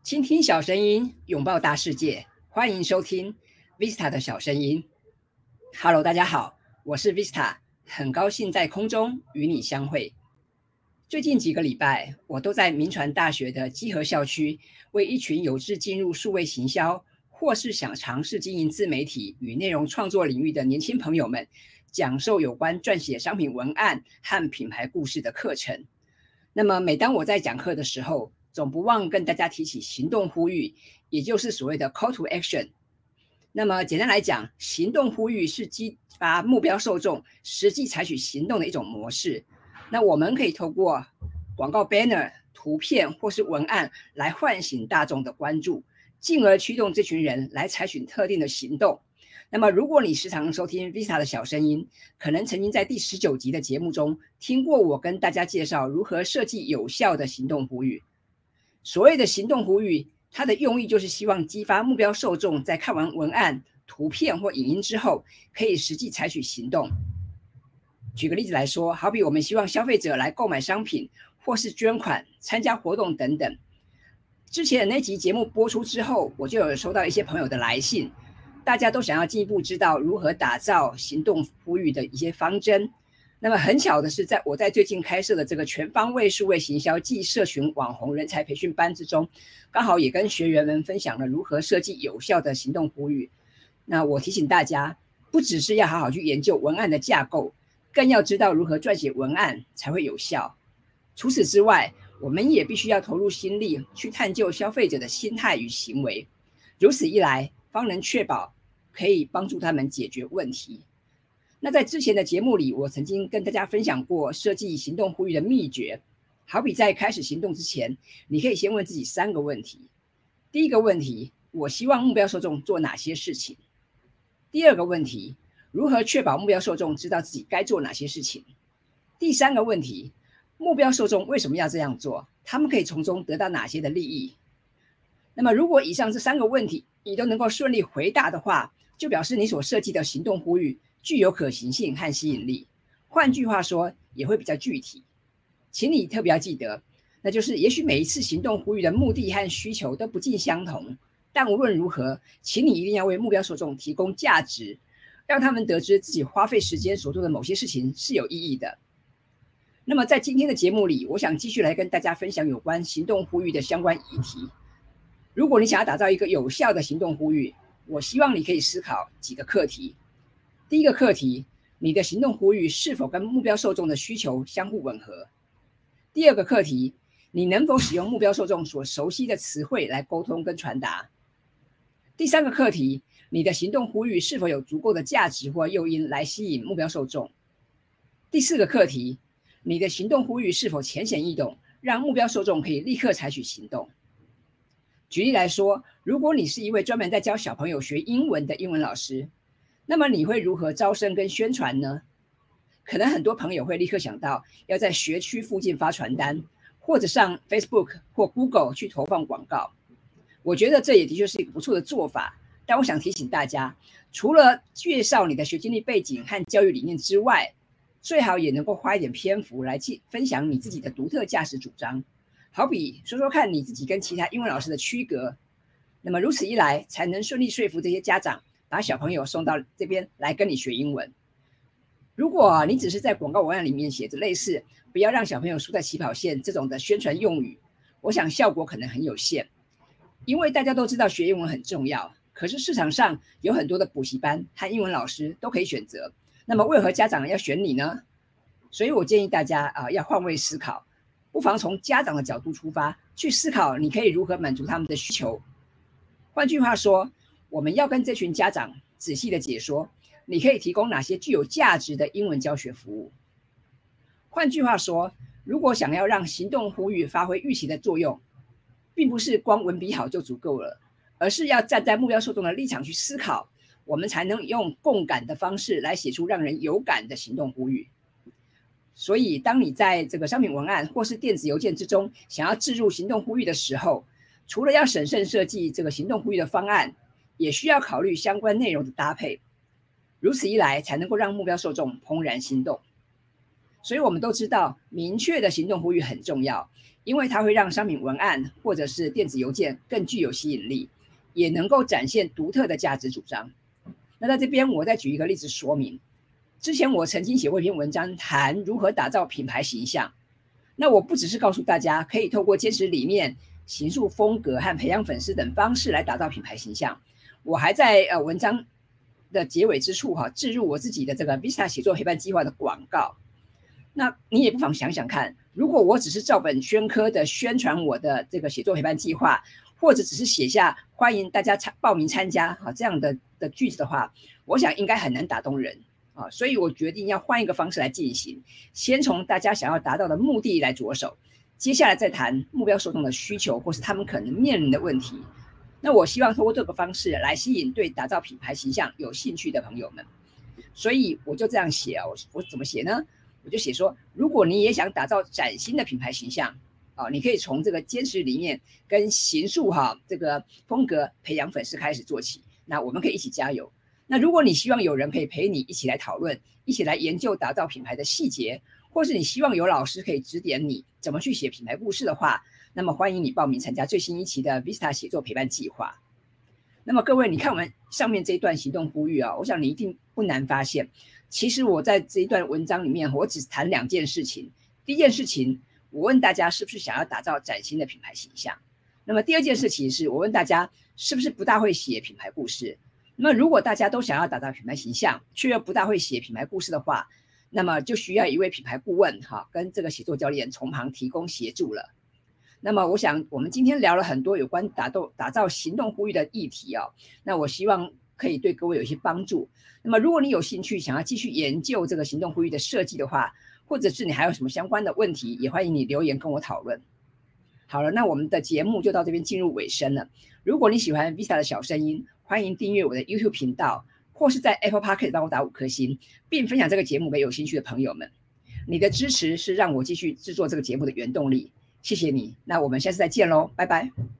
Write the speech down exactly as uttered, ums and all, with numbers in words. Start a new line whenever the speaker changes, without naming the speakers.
倾听小声音，拥抱大世界，欢迎收听 Vista 的小声音。Hello， 大家好，我是 Vista， 很高兴在空中与你相会。最近几个礼拜，我都在铭传大学的基河校区，为一群有志进入数位行销，或是想尝试经营自媒体与内容创作领域的年轻朋友们，讲授有关撰写商品文案和品牌故事的课程。那么，每当我在讲课的时候，总不忘跟大家提起行动呼吁，也就是所谓的 call to action。那么简单来讲，行动呼吁是激发目标受众实际采取行动的一种模式。那我们可以透过广告 banner、图片或是文案来唤醒大众的关注，进而驱动这群人来采取特定的行动。那么如果你时常收听 Vista 的小声音，可能曾经在第十九集的节目中听过我跟大家介绍如何设计有效的行动呼吁。所谓的行动呼吁，它的用意就是希望激发目标受众在看完文案、图片或影音之后，可以实际采取行动。举个例子来说，好比我们希望消费者来购买商品，或是捐款、参加活动等等。之前的那集节目播出之后，我就有收到一些朋友的来信，大家都想要进一步知道如何打造行动呼吁的一些方针。那么很巧的是，在我在最近开设的这个全方位数位行销暨社群网红人才培训班之中，刚好也跟学员们分享了如何设计有效的行动呼吁。那我提醒大家，不只是要好好去研究文案的架构，更要知道如何撰写文案才会有效。除此之外，我们也必须要投入心力去探究消费者的心态与行为，如此一来，方能确保可以帮助他们解决问题。那在之前的节目里，我曾经跟大家分享过设计行动呼吁的秘诀。好比在开始行动之前，你可以先问自己三个问题。第一个问题，我希望目标受众做哪些事情？第二个问题，如何确保目标受众知道自己该做哪些事情？第三个问题，目标受众为什么要这样做？他们可以从中得到哪些的利益？那么如果以上这三个问题你都能够顺利回答的话，就表示你所设计的行动呼吁具有可行性和吸引力，换句话说也会比较具体。请你特别要记得，那就是也许每一次行动呼吁的目的和需求都不尽相同，但无论如何，请你一定要为目标受众提供价值，让他们得知自己花费时间所做的某些事情是有意义的。那么在今天的节目里，我想继续来跟大家分享有关行动呼吁的相关议题。如果你想要打造一个有效的行动呼吁，我希望你可以思考几个课题。第一个课题，你的行动呼吁是否跟目标受众的需求相互吻合？第二个课题，你能否使用目标受众所熟悉的词汇来沟通跟传达？第三个课题，你的行动呼吁是否有足够的价值或诱因来吸引目标受众？第四个课题，你的行动呼吁是否浅显易懂，让目标受众可以立刻采取行动？举例来说，如果你是一位专门在教小朋友学英文的英文老师，那么你会如何招生跟宣传呢？可能很多朋友会立刻想到要在学区附近发传单，或者上 Facebook 或 Google 去投放广告。我觉得这也的确是一个不错的做法，但我想提醒大家，除了介绍你的学经历背景和教育理念之外，最好也能够花一点篇幅来分享你自己的独特价值主张，好比说说看你自己跟其他英文老师的区隔。那么如此一来，才能顺利说服这些家长把小朋友送到这边来跟你学英文。如果你只是在广告文案里面写着类似不要让小朋友输在起跑线这种的宣传用语，我想效果可能很有限。因为大家都知道学英文很重要，可是市场上有很多的补习班和英文老师都可以选择，那么为何家长要选你呢？所以我建议大家、呃、要换位思考，不妨从家长的角度出发，去思考你可以如何满足他们的需求。换句话说，我们要跟这群家长仔细的解说，你可以提供哪些具有价值的英文教学服务。换句话说，如果想要让行动呼吁发挥预期的作用，并不是光文笔好就足够了，而是要站在目标受众的立场去思考，我们才能用共感的方式来写出让人有感的行动呼吁。所以当你在这个商品文案或是电子邮件之中想要置入行动呼吁的时候，除了要审慎设计这个行动呼吁的方案，也需要考虑相关内容的搭配，如此一来才能够让目标受众怦然心动。 所以我们都知道，明确的行动呼吁很重要，因为它会让商品文案或者是电子邮件更具有吸引力，也能够展现独特的价值主张。那在这边我再举一个例子说明，之前我曾经写过一篇文章，谈如何打造品牌形象。那我不只是告诉大家可以透过坚持理念、形塑风格和培养粉丝等方式来打造品牌形象，我还在呃文章的结尾之处哈，置入我自己的这个 Vista 写作陪伴计划的广告。那你也不妨想想看，如果我只是照本宣科的宣传我的这个写作陪伴计划，或者只是写下欢迎大家参报名参加啊这样的的句子的话，我想应该很难打动人啊。所以我决定要换一个方式来进行，先从大家想要达到的目的来着手，接下来再谈目标受众的需求或是他们可能面临的问题。那我希望通过这个方式来吸引对打造品牌形象有兴趣的朋友们。所以我就这样写啊，我我怎么写呢？我就写说，如果你也想打造崭新的品牌形象，啊，你可以从这个坚持理念跟形塑哈这个风格培养粉丝开始做起。那我们可以一起加油。那如果你希望有人可以陪你一起来讨论，一起来研究打造品牌的细节，或是你希望有老师可以指点你怎么去写品牌故事的话，那么欢迎你报名参加最新一期的 Vista 写作陪伴计划。那么各位，你看我们上面这一段行动呼吁啊，我想你一定不难发现，其实我在这一段文章里面，我只谈两件事情。第一件事情，我问大家是不是想要打造崭新的品牌形象？那么第二件事情是我问大家是不是不大会写品牌故事？那么如果大家都想要打造品牌形象，却又不大会写品牌故事的话，那么就需要一位品牌顾问哈，跟这个写作教练从旁提供协助了。那么我想我们今天聊了很多有关打斗打造行动呼吁的议题哦，那我希望可以对各位有一些帮助。那么如果你有兴趣想要继续研究这个行动呼吁的设计的话，或者是你还有什么相关的问题，也欢迎你留言跟我讨论。好了，那我们的节目就到这边进入尾声了。如果你喜欢 Vista 的小声音，欢迎订阅我的 YouTube 频道，或是在 Apple Podcast 帮我打五颗星，并分享这个节目给有兴趣的朋友们。你的支持是让我继续制作这个节目的原动力。谢谢你，那我们下次再见喽，拜拜。